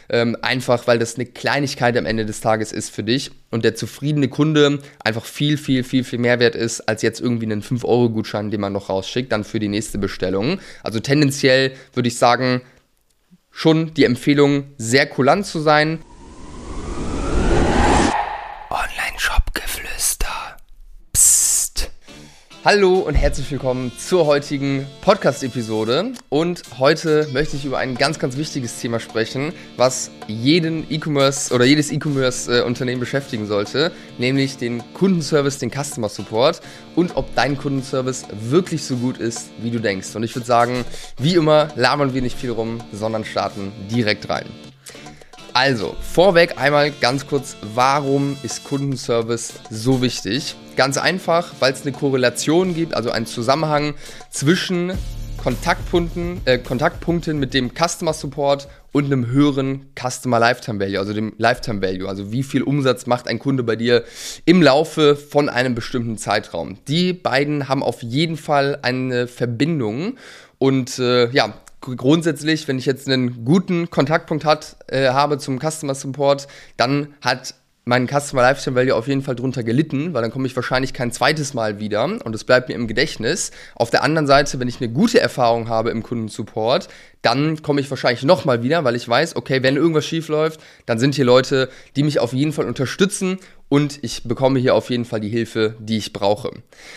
einfach weil das eine Kleinigkeit am Ende des Tages ist für dich und der zufriedene Kunde einfach viel, viel, viel, viel mehr wert ist, als jetzt irgendwie einen 5-Euro-Gutschein, den man noch rausschickt, dann für die nächste Bestellung. Also tendenziell würde ich sagen, schon die Empfehlung, sehr kulant zu sein. Online-Shop-Geflüster. Psst. Hallo und herzlich willkommen zur heutigen Podcast-Episode. Und heute möchte ich über ein ganz, ganz wichtiges Thema sprechen, was jeden E-Commerce oder jedes E-Commerce-Unternehmen beschäftigen sollte, nämlich den Kundenservice, den Customer Support und ob dein Kundenservice wirklich so gut ist, wie du denkst. Und ich würde sagen, wie immer, labern wir nicht viel rum, sondern starten direkt rein. Also, vorweg einmal ganz kurz, warum ist Kundenservice so wichtig? Ganz einfach, weil es eine Korrelation gibt, also einen Zusammenhang zwischen Kontaktpunkten mit dem Customer Support und einem höheren Customer Lifetime Value, also dem Lifetime Value, also wie viel Umsatz macht ein Kunde bei dir im Laufe von einem bestimmten Zeitraum. Die beiden haben auf jeden Fall eine Verbindung und grundsätzlich, wenn ich jetzt einen guten Kontaktpunkt habe zum Customer Support, dann hat mein Customer Lifetime Value auf jeden Fall drunter gelitten, weil dann komme ich wahrscheinlich kein zweites Mal wieder und es bleibt mir im Gedächtnis. Auf der anderen Seite, wenn ich eine gute Erfahrung habe im Kundensupport, dann komme ich wahrscheinlich nochmal wieder, weil ich weiß, okay, wenn irgendwas schief läuft, dann sind hier Leute, die mich auf jeden Fall unterstützen und ich bekomme hier auf jeden Fall die Hilfe, die ich brauche.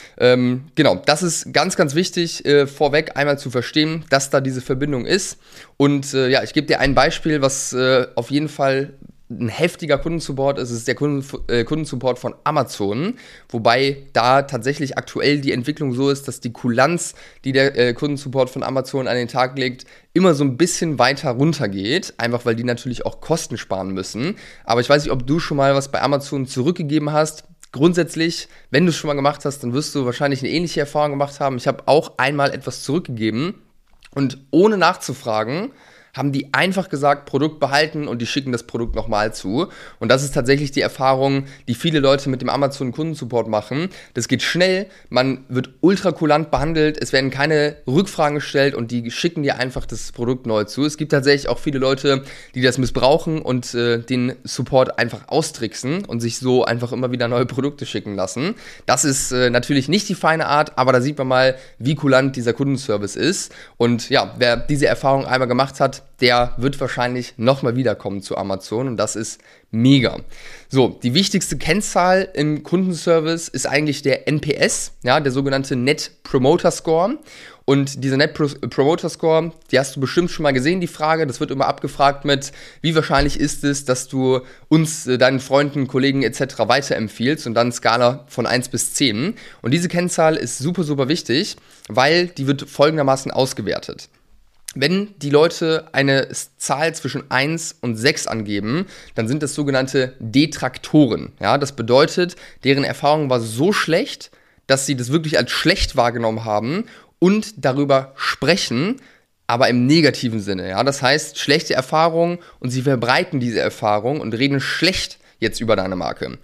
Genau, das ist ganz, ganz wichtig, vorweg einmal zu verstehen, dass da diese Verbindung ist. Und ich gebe dir ein Beispiel, was auf jeden Fall ein heftiger Kundensupport ist. Es ist der Kundensupport von Amazon, wobei da tatsächlich aktuell die Entwicklung so ist, dass die Kulanz, die der Kundensupport von Amazon an den Tag legt, immer so ein bisschen weiter runtergeht, einfach weil die natürlich auch Kosten sparen müssen. Aber ich weiß nicht, ob du schon mal was bei Amazon zurückgegeben hast. Grundsätzlich, wenn du es schon mal gemacht hast, dann wirst du wahrscheinlich eine ähnliche Erfahrung gemacht haben. Ich habe auch einmal etwas zurückgegeben und ohne nachzufragen, haben die einfach gesagt, Produkt behalten und die schicken das Produkt nochmal zu. Und das ist tatsächlich die Erfahrung, die viele Leute mit dem Amazon-Kundensupport machen. Das geht schnell, man wird ultra kulant behandelt, es werden keine Rückfragen gestellt und die schicken dir einfach das Produkt neu zu. Es gibt tatsächlich auch viele Leute, die das missbrauchen und den Support einfach austricksen und sich so einfach immer wieder neue Produkte schicken lassen. Das ist natürlich nicht die feine Art, aber da sieht man mal, wie kulant dieser Kundenservice ist. Und ja, wer diese Erfahrung einmal gemacht hat, der wird wahrscheinlich nochmal wiederkommen zu Amazon und das ist mega. So, die wichtigste Kennzahl im Kundenservice ist eigentlich der NPS, ja, der sogenannte Net Promoter Score. Und dieser Net Promoter Score, die hast du bestimmt schon mal gesehen, die Frage. Das wird immer abgefragt mit, wie wahrscheinlich ist es, dass du uns, deinen Freunden, Kollegen etc. weiterempfiehlst und dann Skala von 1 bis 10. Und diese Kennzahl ist super, super wichtig, weil die wird folgendermaßen ausgewertet. Wenn die Leute eine Zahl zwischen 1 und 6 angeben, dann sind das sogenannte Detraktoren. Ja, das bedeutet, deren Erfahrung war so schlecht, dass sie das wirklich als schlecht wahrgenommen haben und darüber sprechen, aber im negativen Sinne. Ja, das heißt, schlechte Erfahrungen und sie verbreiten diese Erfahrung und reden schlecht jetzt über deine Marke.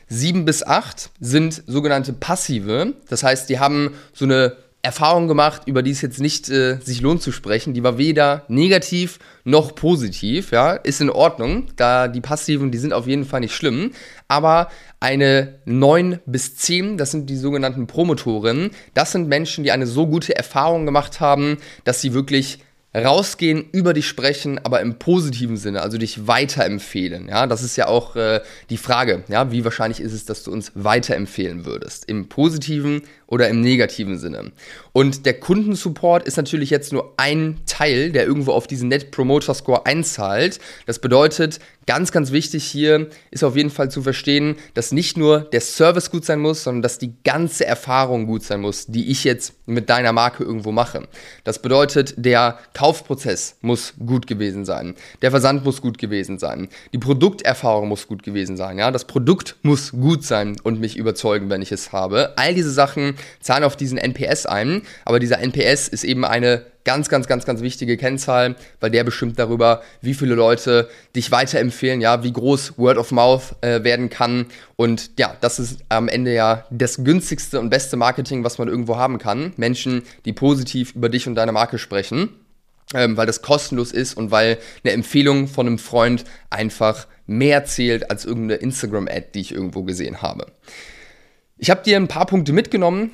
7 bis 8 sind sogenannte passive, das heißt, die haben so eine Erfahrung gemacht, über die es jetzt nicht sich lohnt zu sprechen. Die war weder negativ noch positiv, ja, ist in Ordnung, da die Passiven, die sind auf jeden Fall nicht schlimm, aber eine 9 bis 10, das sind die sogenannten Promotoren, das sind Menschen, die eine so gute Erfahrung gemacht haben, dass sie wirklich rausgehen, über dich sprechen, aber im positiven Sinne, also dich weiterempfehlen. Ja, das ist ja auch die Frage, ja, wie wahrscheinlich ist es, dass du uns weiterempfehlen würdest? Im positiven oder im negativen Sinne. Und der Kundensupport ist natürlich jetzt nur ein Teil, der irgendwo auf diesen Net Promoter Score einzahlt. Das bedeutet, ganz, ganz wichtig hier ist auf jeden Fall zu verstehen, dass nicht nur der Service gut sein muss, sondern dass die ganze Erfahrung gut sein muss, die ich jetzt mit deiner Marke irgendwo mache. Das bedeutet, der Kaufprozess muss gut gewesen sein. Der Versand muss gut gewesen sein. Die Produkterfahrung muss gut gewesen sein. Ja? Das Produkt muss gut sein und mich überzeugen, wenn ich es habe. All diese Sachen zahlen auf diesen NPS ein, aber dieser NPS ist eben eine ganz, ganz, ganz, ganz wichtige Kennzahl, weil der bestimmt darüber, wie viele Leute dich weiterempfehlen, ja, wie groß Word of Mouth werden kann. Und ja, das ist am Ende ja das günstigste und beste Marketing, was man irgendwo haben kann. Menschen, die positiv über dich und deine Marke sprechen. weil das kostenlos ist und weil eine Empfehlung von einem Freund einfach mehr zählt als irgendeine Instagram-Ad, die ich irgendwo gesehen habe. Ich habe dir ein paar Punkte mitgenommen,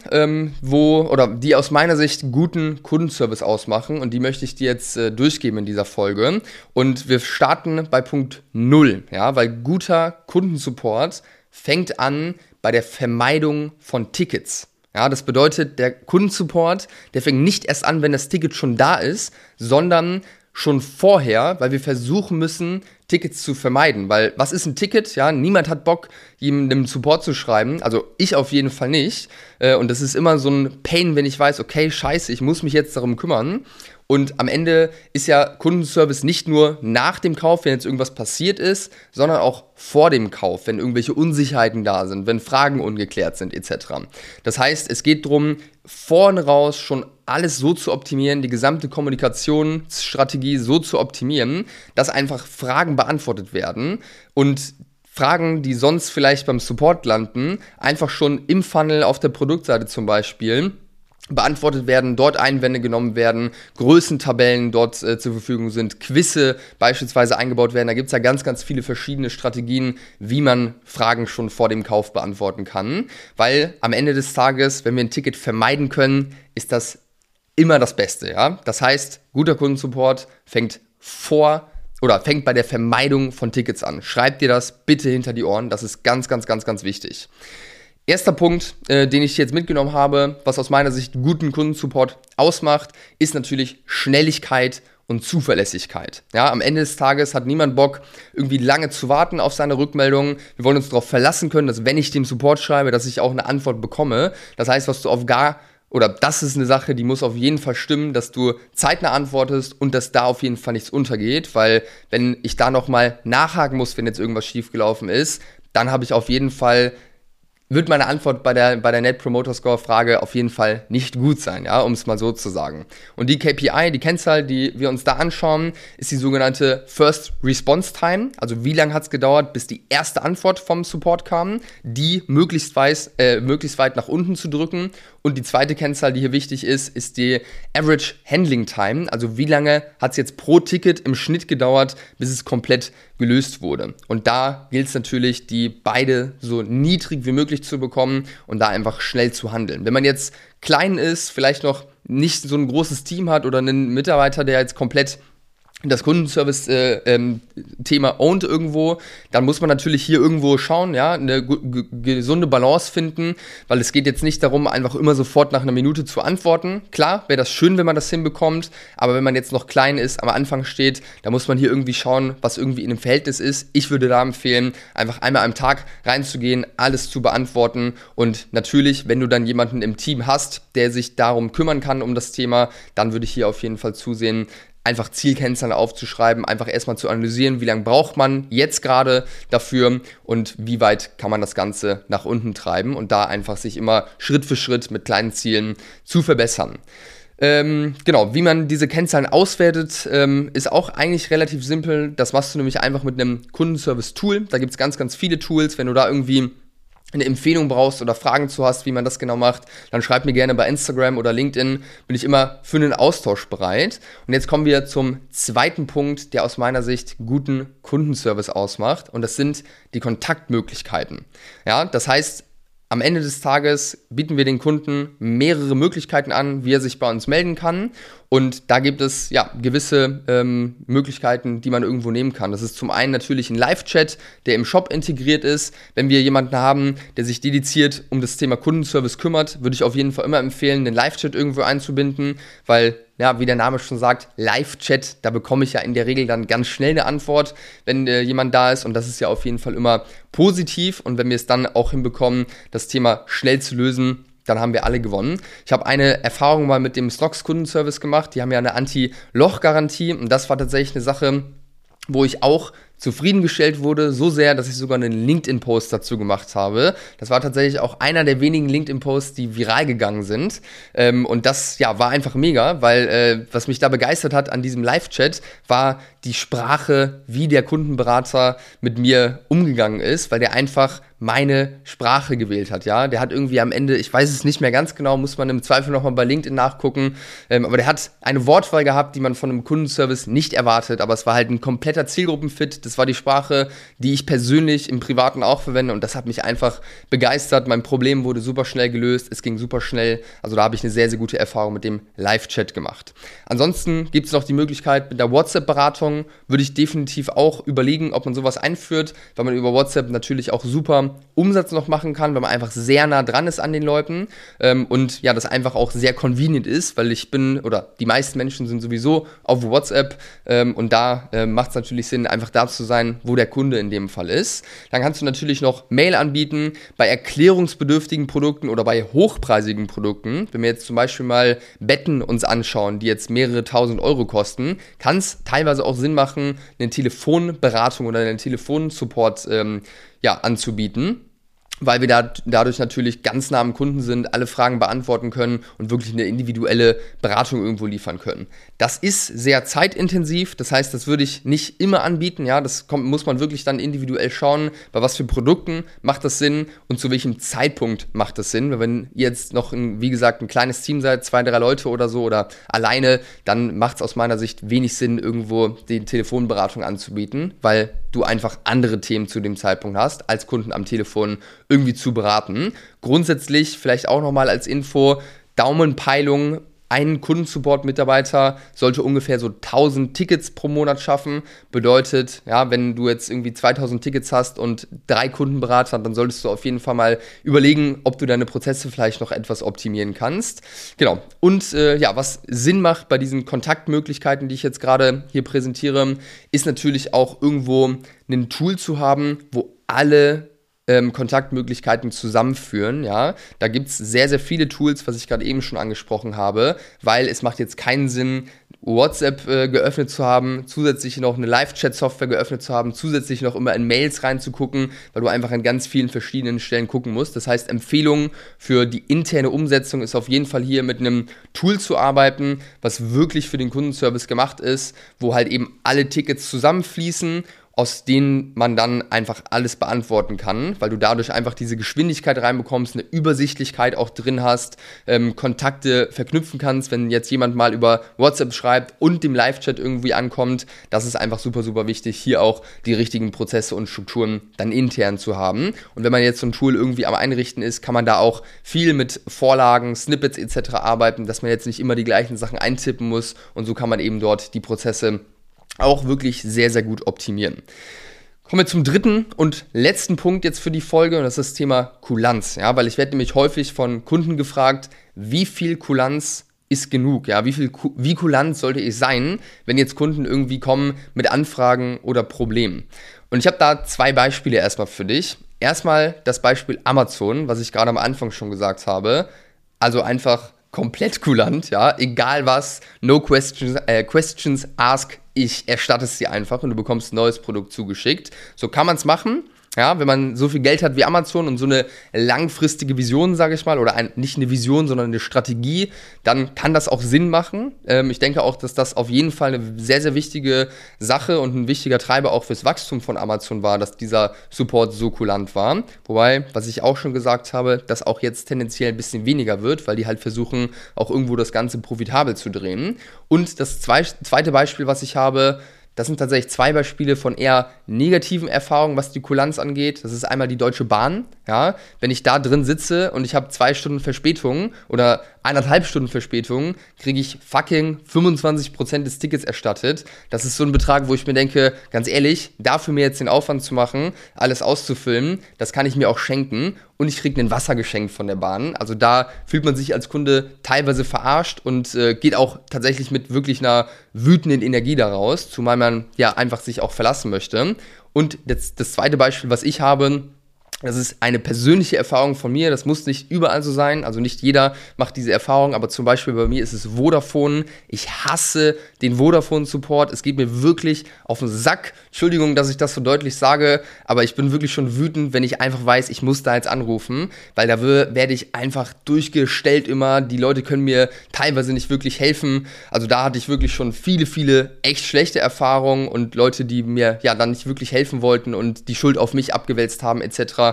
die aus meiner Sicht guten Kundenservice ausmachen, und die möchte ich dir jetzt durchgeben in dieser Folge. Und wir starten bei Punkt 0, ja, weil guter Kundensupport fängt an bei der Vermeidung von Tickets. Ja, das bedeutet, der Kundensupport, der fängt nicht erst an, wenn das Ticket schon da ist, sondern schon vorher, weil wir versuchen müssen, Tickets zu vermeiden. Weil, was ist ein Ticket? Ja, niemand hat Bock, jemandem Support zu schreiben. Also ich auf jeden Fall nicht. Und das ist immer so ein Pain, wenn ich weiß, okay, scheiße, ich muss mich jetzt darum kümmern. Und am Ende ist ja Kundenservice nicht nur nach dem Kauf, wenn jetzt irgendwas passiert ist, sondern auch vor dem Kauf, wenn irgendwelche Unsicherheiten da sind, wenn Fragen ungeklärt sind etc. Das heißt, es geht darum, vorne raus schon alles so zu optimieren, die gesamte Kommunikationsstrategie so zu optimieren, dass einfach Fragen beantwortet werden und Fragen, die sonst vielleicht beim Support landen, einfach schon im Funnel auf der Produktseite zum Beispiel beantwortet werden, dort Einwände genommen werden, Größentabellen dort zur Verfügung sind, Quizze beispielsweise eingebaut werden. Da gibt es ja ganz, ganz viele verschiedene Strategien, wie man Fragen schon vor dem Kauf beantworten kann. Weil am Ende des Tages, wenn wir ein Ticket vermeiden können, ist das immer das Beste. Ja? Das heißt, guter Kundensupport fängt bei der Vermeidung von Tickets an. Schreibt dir das bitte hinter die Ohren. Das ist ganz, ganz, ganz, ganz wichtig. Erster Punkt, den ich jetzt mitgenommen habe, was aus meiner Sicht guten Kundensupport ausmacht, ist natürlich Schnelligkeit und Zuverlässigkeit. Ja, am Ende des Tages hat niemand Bock, irgendwie lange zu warten auf seine Rückmeldungen. Wir wollen uns darauf verlassen können, dass wenn ich dem Support schreibe, dass ich auch eine Antwort bekomme. Das heißt, das ist eine Sache, die muss auf jeden Fall stimmen, dass du zeitnah antwortest und dass da auf jeden Fall nichts untergeht, weil wenn ich da nochmal nachhaken muss, wenn jetzt irgendwas schiefgelaufen ist, dann wird meine Antwort bei der Net Promoter Score Frage auf jeden Fall nicht gut sein, ja, um es mal so zu sagen. Und die KPI, die Kennzahl, die wir uns da anschauen, ist die sogenannte First Response Time. Also wie lange hat es gedauert, bis die erste Antwort vom Support kam, die möglichst weit nach unten zu drücken. Und die zweite Kennzahl, die hier wichtig ist die Average Handling Time. Also wie lange hat es jetzt pro Ticket im Schnitt gedauert, bis es komplett gelöst wurde. Und da gilt es natürlich, die beide so niedrig wie möglich zu bekommen und da einfach schnell zu handeln. Wenn man jetzt klein ist, vielleicht noch nicht so ein großes Team hat oder einen Mitarbeiter, der jetzt komplett das Kundenservice-Thema ownt irgendwo, dann muss man natürlich hier irgendwo schauen, ja, eine gesunde Balance finden, weil es geht jetzt nicht darum, einfach immer sofort nach einer Minute zu antworten. Klar, wäre das schön, wenn man das hinbekommt, aber wenn man jetzt noch klein ist, am Anfang steht, da muss man hier irgendwie schauen, was irgendwie in einem Verhältnis ist. Ich würde da empfehlen, einfach einmal am Tag reinzugehen, alles zu beantworten, und natürlich, wenn du dann jemanden im Team hast, der sich darum kümmern kann, um das Thema, dann würde ich hier auf jeden Fall zusehen, einfach Zielkennzahlen aufzuschreiben, einfach erstmal zu analysieren, wie lange braucht man jetzt gerade dafür und wie weit kann man das Ganze nach unten treiben und da einfach sich immer Schritt für Schritt mit kleinen Zielen zu verbessern. Wie man diese Kennzahlen auswertet, ist auch eigentlich relativ simpel. Das machst du nämlich einfach mit einem Kundenservice-Tool. Da gibt es ganz, ganz viele Tools. Wenn du da irgendwie eine Empfehlung brauchst oder Fragen zu hast, wie man das genau macht, dann schreib mir gerne bei Instagram oder LinkedIn, bin ich immer für einen Austausch bereit. Und jetzt kommen wir zum zweiten Punkt, der aus meiner Sicht guten Kundenservice ausmacht, und das sind die Kontaktmöglichkeiten. Ja, das heißt, am Ende des Tages bieten wir den Kunden mehrere Möglichkeiten an, wie er sich bei uns melden kann. Und da gibt es gewisse Möglichkeiten, die man irgendwo nehmen kann. Das ist zum einen natürlich ein Live-Chat, der im Shop integriert ist. Wenn wir jemanden haben, der sich dediziert um das Thema Kundenservice kümmert, würde ich auf jeden Fall immer empfehlen, den Live-Chat irgendwo einzubinden, weil, ja, wie der Name schon sagt, Live-Chat, da bekomme ich ja in der Regel dann ganz schnell eine Antwort, wenn jemand da ist, und das ist ja auf jeden Fall immer positiv, und wenn wir es dann auch hinbekommen, das Thema schnell zu lösen, dann haben wir alle gewonnen. Ich habe eine Erfahrung mal mit dem Snox Kundenservice gemacht, die haben ja eine Anti-Loch-Garantie, und das war tatsächlich eine Sache, wo ich auch zufriedengestellt wurde, so sehr, dass ich sogar einen LinkedIn-Post dazu gemacht habe. Das war tatsächlich auch einer der wenigen LinkedIn-Posts, die viral gegangen sind. Und das war einfach mega, weil was mich da begeistert hat an diesem Live-Chat, war die Sprache, wie der Kundenberater mit mir umgegangen ist, weil der einfach meine Sprache gewählt hat, ja. Der hat irgendwie am Ende, ich weiß es nicht mehr ganz genau, muss man im Zweifel nochmal bei LinkedIn nachgucken, aber der hat eine Wortwahl gehabt, die man von einem Kundenservice nicht erwartet, aber es war halt ein kompletter Zielgruppenfit. Das war die Sprache, die ich persönlich im Privaten auch verwende und das hat mich einfach begeistert. Mein Problem wurde super schnell gelöst, es ging super schnell, also da habe ich eine sehr, sehr gute Erfahrung mit dem Live-Chat gemacht. Ansonsten gibt es noch die Möglichkeit mit der WhatsApp-Beratung, würde ich definitiv auch überlegen, ob man sowas einführt, weil man über WhatsApp natürlich auch super Umsatz noch machen kann, weil man einfach sehr nah dran ist an den Leuten und ja, das einfach auch sehr convenient ist, weil die meisten Menschen sind sowieso auf WhatsApp und da macht es natürlich Sinn, einfach da zu sein, wo der Kunde in dem Fall ist. Dann kannst du natürlich noch Mail anbieten bei erklärungsbedürftigen Produkten oder bei hochpreisigen Produkten. Wenn wir jetzt zum Beispiel mal Betten uns anschauen, die jetzt mehrere tausend Euro kosten, kann es teilweise auch Sinn machen, eine Telefonberatung oder einen Telefonsupport anzubieten, weil wir dadurch natürlich ganz nah am Kunden sind, alle Fragen beantworten können und wirklich eine individuelle Beratung irgendwo liefern können. Das ist sehr zeitintensiv, das heißt, das würde ich nicht immer anbieten, ja, muss man wirklich dann individuell schauen, bei was für Produkten macht das Sinn und zu welchem Zeitpunkt macht das Sinn. Wenn ihr jetzt noch, wie gesagt, ein kleines Team seid, 2, 3 Leute oder so oder alleine, dann macht es aus meiner Sicht wenig Sinn, irgendwo die Telefonberatung anzubieten, weil du einfach andere Themen zu dem Zeitpunkt hast, als Kunden am Telefon irgendwie zu beraten. Grundsätzlich vielleicht auch nochmal als Info, Daumenpeilung, ein Kundensupport-Mitarbeiter sollte ungefähr so 1000 Tickets pro Monat schaffen. Bedeutet, ja, wenn du jetzt irgendwie 2000 Tickets hast und 3 Kundenberater, dann solltest du auf jeden Fall mal überlegen, ob du deine Prozesse vielleicht noch etwas optimieren kannst. Genau. Und was Sinn macht bei diesen Kontaktmöglichkeiten, die ich jetzt gerade hier präsentiere, ist natürlich auch irgendwo ein Tool zu haben, wo alle Kontaktmöglichkeiten zusammenführen, ja. Da gibt es sehr, sehr viele Tools, was ich gerade eben schon angesprochen habe, weil es macht jetzt keinen Sinn, WhatsApp geöffnet zu haben, zusätzlich noch eine Live-Chat-Software geöffnet zu haben, zusätzlich noch immer in Mails reinzugucken, weil du einfach an ganz vielen verschiedenen Stellen gucken musst. Das heißt, Empfehlung für die interne Umsetzung ist auf jeden Fall hier mit einem Tool zu arbeiten, was wirklich für den Kundenservice gemacht ist, wo halt eben alle Tickets zusammenfließen, aus denen man dann einfach alles beantworten kann, weil du dadurch einfach diese Geschwindigkeit reinbekommst, eine Übersichtlichkeit auch drin hast, Kontakte verknüpfen kannst, wenn jetzt jemand mal über WhatsApp schreibt und dem Live-Chat irgendwie ankommt. Das ist einfach super, super wichtig, hier auch die richtigen Prozesse und Strukturen dann intern zu haben. Und wenn man jetzt so ein Tool irgendwie am Einrichten ist, kann man da auch viel mit Vorlagen, Snippets etc. arbeiten, dass man jetzt nicht immer die gleichen Sachen eintippen muss und so kann man eben dort die Prozesse auch wirklich sehr, sehr gut optimieren. Kommen wir zum dritten und letzten Punkt jetzt für die Folge und das ist das Thema Kulanz. Ja, weil ich werde nämlich häufig von Kunden gefragt, wie viel Kulanz ist genug? Ja, wie kulant sollte ich sein, wenn jetzt Kunden irgendwie kommen mit Anfragen oder Problemen? Und ich habe da 2 Beispiele erstmal für dich. Erstmal das Beispiel Amazon, was ich gerade am Anfang schon gesagt habe. Also einfach komplett kulant, ja, egal was, no questions asked, ich erstatte es dir einfach und du bekommst ein neues Produkt zugeschickt. So kann man es machen. Ja, wenn man so viel Geld hat wie Amazon und so eine langfristige Vision, sage ich mal, oder nicht eine Vision, sondern eine Strategie, dann kann das auch Sinn machen. Ich denke auch, dass das auf jeden Fall eine sehr, sehr wichtige Sache und ein wichtiger Treiber auch fürs Wachstum von Amazon war, dass dieser Support so kulant war. Wobei, was ich auch schon gesagt habe, dass auch jetzt tendenziell ein bisschen weniger wird, weil die halt versuchen, auch irgendwo das Ganze profitabel zu drehen. Und das zweite Beispiel, was ich habe, das sind tatsächlich 2 Beispiele von eher negativen Erfahrungen, was die Kulanz angeht. Das ist einmal die Deutsche Bahn. Ja, wenn ich da drin sitze und ich habe 2 Stunden Verspätung oder 1,5 Stunden Verspätung, kriege ich fucking 25% des Tickets erstattet. Das ist so ein Betrag, wo ich mir denke, ganz ehrlich, dafür mir jetzt den Aufwand zu machen, alles auszufilmen, das kann ich mir auch schenken. Und ich kriege ein Wasser geschenkt von der Bahn. Also da fühlt man sich als Kunde teilweise verarscht und geht auch tatsächlich mit wirklich einer wütenden Energie daraus, zumal man ja einfach sich auch verlassen möchte. Und das zweite Beispiel, was ich habe, das ist eine persönliche Erfahrung von mir, das muss nicht überall so sein, also nicht jeder macht diese Erfahrung, aber zum Beispiel bei mir ist es Vodafone. Ich hasse den Vodafone-Support, es geht mir wirklich auf den Sack. Entschuldigung, dass ich das so deutlich sage, aber ich bin wirklich schon wütend, wenn ich einfach weiß, ich muss da jetzt anrufen, weil da werde ich einfach durchgestellt immer, die Leute können mir teilweise nicht wirklich helfen, also da hatte ich wirklich schon viele, viele echt schlechte Erfahrungen und Leute, die mir ja dann nicht wirklich helfen wollten und die Schuld auf mich abgewälzt haben etc.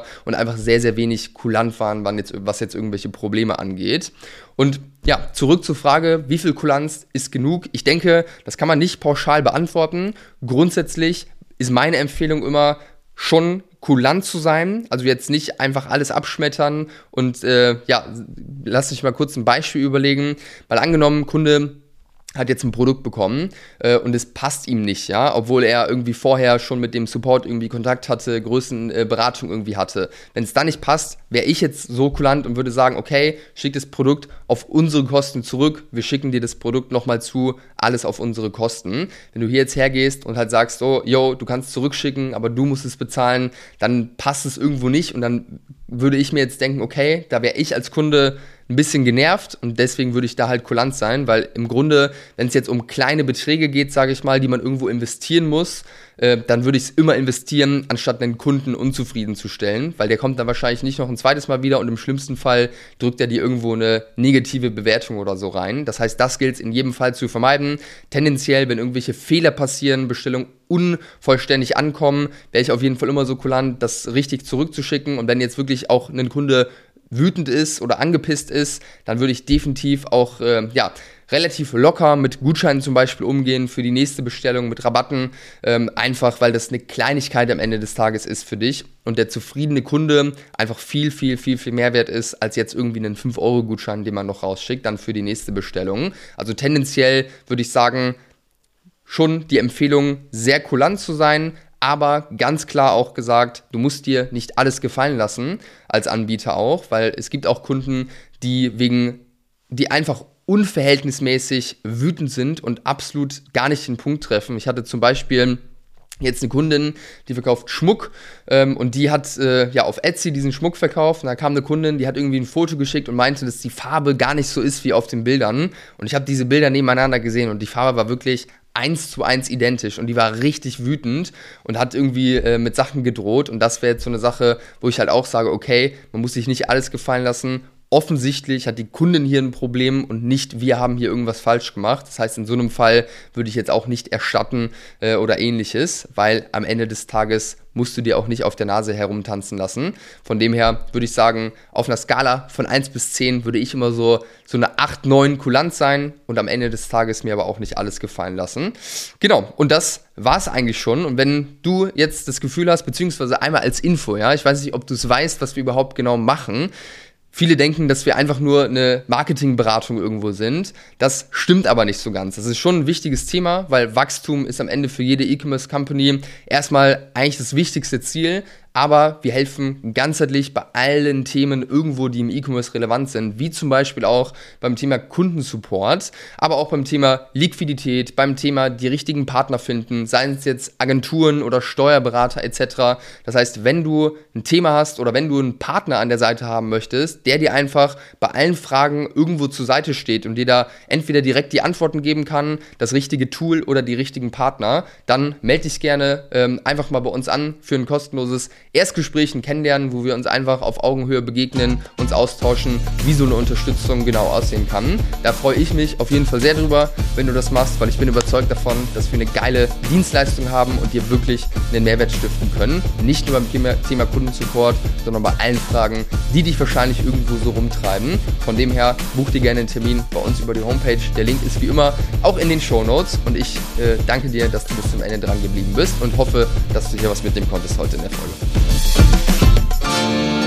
und einfach sehr, sehr wenig kulant waren, was jetzt irgendwelche Probleme angeht. Und ja, zurück zur Frage, wie viel Kulanz ist genug? Ich denke, das kann man nicht pauschal beantworten. Grundsätzlich ist meine Empfehlung immer, schon kulant zu sein, also jetzt nicht einfach alles abschmettern und lass dich mal kurz ein Beispiel überlegen, weil angenommen, Kunde hat jetzt ein Produkt bekommen und es passt ihm nicht, ja, obwohl er irgendwie vorher schon mit dem Support irgendwie Kontakt hatte, Größenberatung irgendwie hatte. Wenn es da nicht passt, wäre ich jetzt so kulant und würde sagen, okay, schick das Produkt auf unsere Kosten zurück, wir schicken dir das Produkt nochmal zu, alles auf unsere Kosten. Wenn du hier jetzt hergehst und halt sagst, so, yo, du kannst zurückschicken, aber du musst es bezahlen, dann passt es irgendwo nicht und dann würde ich mir jetzt denken, okay, da wäre ich als Kunde ein bisschen genervt und deswegen würde ich da halt kulant sein, weil im Grunde, wenn es jetzt um kleine Beträge geht, sage ich mal, die man irgendwo investieren muss, dann würde ich es immer investieren, anstatt einen Kunden unzufrieden zu stellen, weil der kommt dann wahrscheinlich nicht noch ein zweites Mal wieder und im schlimmsten Fall drückt er dir irgendwo eine negative Bewertung oder so rein. Das heißt, das gilt es in jedem Fall zu vermeiden. Tendenziell, wenn irgendwelche Fehler passieren, Bestellungen unvollständig ankommen, wäre ich auf jeden Fall immer so kulant, das richtig zurückzuschicken und wenn jetzt wirklich auch ein Kunde wütend ist oder angepisst ist, dann würde ich definitiv auch relativ locker mit Gutscheinen zum Beispiel umgehen für die nächste Bestellung, mit Rabatten, einfach weil das eine Kleinigkeit am Ende des Tages ist für dich und der zufriedene Kunde einfach viel, viel, viel, viel mehr wert ist, als jetzt irgendwie einen 5-Euro-Gutschein, den man noch rausschickt, dann für die nächste Bestellung. Also tendenziell würde ich sagen, schon die Empfehlung, sehr kulant zu sein, aber ganz klar auch gesagt, du musst dir nicht alles gefallen lassen, als Anbieter auch, weil es gibt auch Kunden, die einfach unverhältnismäßig wütend sind und absolut gar nicht den Punkt treffen. Ich hatte zum Beispiel jetzt eine Kundin, die verkauft Schmuck und die hat auf Etsy diesen Schmuck verkauft und da kam eine Kundin, die hat irgendwie ein Foto geschickt und meinte, dass die Farbe gar nicht so ist wie auf den Bildern und ich habe diese Bilder nebeneinander gesehen und die Farbe war wirklich 1:1 identisch und die war richtig wütend und hat irgendwie mit Sachen gedroht und das wäre jetzt so eine Sache, wo ich halt auch sage, okay, man muss sich nicht alles gefallen lassen. Offensichtlich hat die Kundin hier ein Problem und nicht wir haben hier irgendwas falsch gemacht. Das heißt, in so einem Fall würde ich jetzt auch nicht erstatten oder ähnliches, weil am Ende des Tages musst du dir auch nicht auf der Nase herumtanzen lassen. Von dem her würde ich sagen, auf einer Skala von 1 bis 10 würde ich immer so eine 8, 9 kulant sein und am Ende des Tages mir aber auch nicht alles gefallen lassen. Genau, und das war es eigentlich schon. Und wenn du jetzt das Gefühl hast, beziehungsweise einmal als Info, ja, ich weiß nicht, ob du es weißt, was wir überhaupt genau machen. Viele denken, dass wir einfach nur eine Marketingberatung irgendwo sind. Das stimmt aber nicht so ganz. Das ist schon ein wichtiges Thema, weil Wachstum ist am Ende für jede E-Commerce-Company erstmal eigentlich das wichtigste Ziel. Aber wir helfen ganzheitlich bei allen Themen irgendwo, die im E-Commerce relevant sind, wie zum Beispiel auch beim Thema Kundensupport, aber auch beim Thema Liquidität, beim Thema die richtigen Partner finden, seien es jetzt Agenturen oder Steuerberater etc. Das heißt, wenn du ein Thema hast oder wenn du einen Partner an der Seite haben möchtest, der dir einfach bei allen Fragen irgendwo zur Seite steht und dir da entweder direkt die Antworten geben kann, das richtige Tool oder die richtigen Partner, dann melde dich gerne einfach mal bei uns an für ein kostenloses Erstgespräch, ein Kennenlernen, wo wir uns einfach auf Augenhöhe begegnen, uns austauschen, wie so eine Unterstützung genau aussehen kann. Da freue ich mich auf jeden Fall sehr drüber, wenn du das machst, weil ich bin überzeugt davon, dass wir eine geile Dienstleistung haben und dir wirklich einen Mehrwert stiften können. Nicht nur beim Thema Kundensupport, sondern bei allen Fragen, die dich wahrscheinlich irgendwo so rumtreiben. Von dem her, buch dir gerne einen Termin bei uns über die Homepage. Der Link ist wie immer auch in den Shownotes und ich danke dir, dass du bis zum Ende dran geblieben bist und hoffe, dass du hier was mitnehmen konntest heute in der Folge.